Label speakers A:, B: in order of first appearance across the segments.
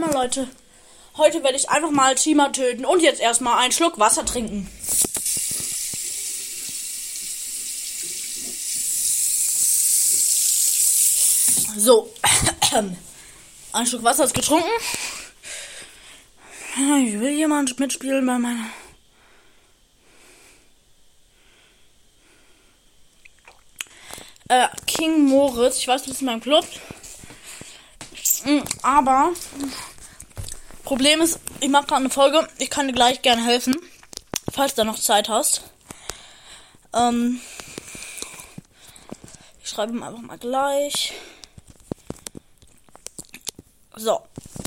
A: Moin Leute, heute werde ich einfach mal Teamer töten und jetzt erstmal einen Schluck Wasser trinken. So, ein Schluck Wasser ist getrunken. Will jemand mitspielen bei meiner... King Moritz, ich weiß, du bist in meinem Club. Aber Problem ist, ich mache gerade eine Folge. Ich kann dir gleich gerne helfen, falls du noch Zeit hast. Ich schreibe ihm einfach mal gleich. So.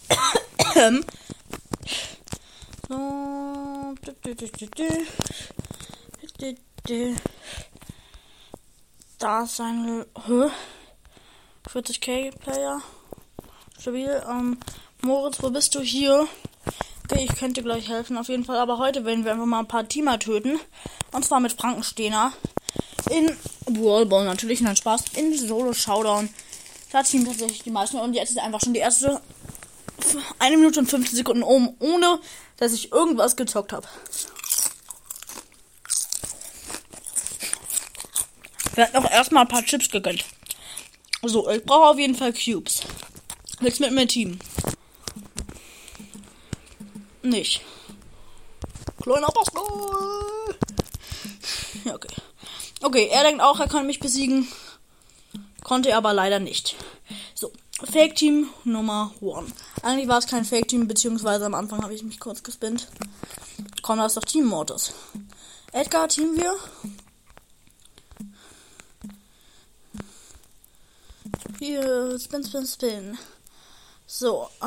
A: Da ist ein 40k Player. Stabil. Moritz, wo bist du hier? Okay, ich könnte gleich helfen, auf jeden Fall. Aber heute werden wir einfach mal ein paar Teamer töten. Und zwar mit Frankensteiner. In Brawlball natürlich, nein, Spaß. In Solo Showdown. Da teamen tatsächlich die meisten. Und jetzt ist einfach schon die erste 1 Minute und 15 Sekunden ohne dass ich irgendwas gezockt habe. Ich werde noch erstmal ein paar Chips gegönnt. So, ich brauche auf jeden Fall Cubes. Willst du mit mir teamen? Nicht. Kleiner Bastard. Ja, okay. Okay, er denkt auch, er kann mich besiegen. Konnte er aber leider nicht. So, Fake Team Nummer 1. Eigentlich war es kein Fake Team, beziehungsweise am Anfang habe ich mich kurz gespinnt. Komm, da ist doch Team Modus. Edgar, teamen wir? Hier, Spin. So, ich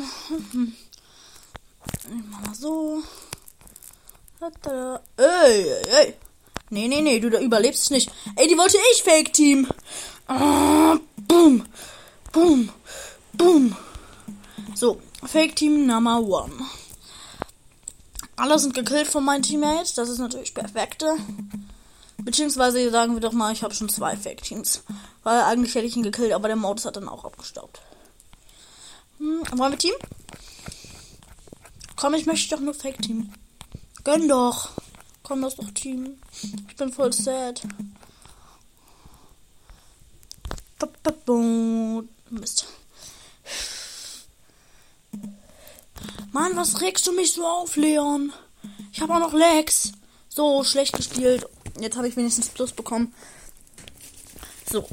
A: mach mal so. Ey. Nee, du da überlebst es nicht. Ey, die wollte ich Fake Team. Boom. So, Fake Team Nummer 1. Alle sind gekillt von meinen Teammates. Das ist natürlich perfekte. Beziehungsweise sagen wir doch mal, ich habe schon 2 Fake Teams. Weil eigentlich hätte ich ihn gekillt, aber der Modus hat dann auch abgestaubt. Wollen wir Team? Komm, ich möchte doch nur Fake Team. Gönn doch. Komm, das ist doch Team. Ich bin voll sad. Mist. Mann, was regst du mich so auf, Leon? Ich habe auch noch Lags. So schlecht gespielt. Jetzt habe ich wenigstens Plus bekommen. So.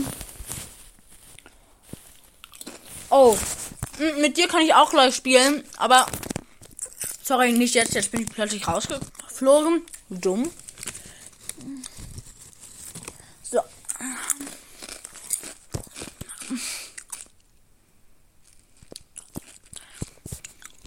A: Oh. Mit dir kann ich auch gleich spielen. Aber. Sorry, nicht jetzt. Jetzt bin ich plötzlich rausgeflogen. Dumm.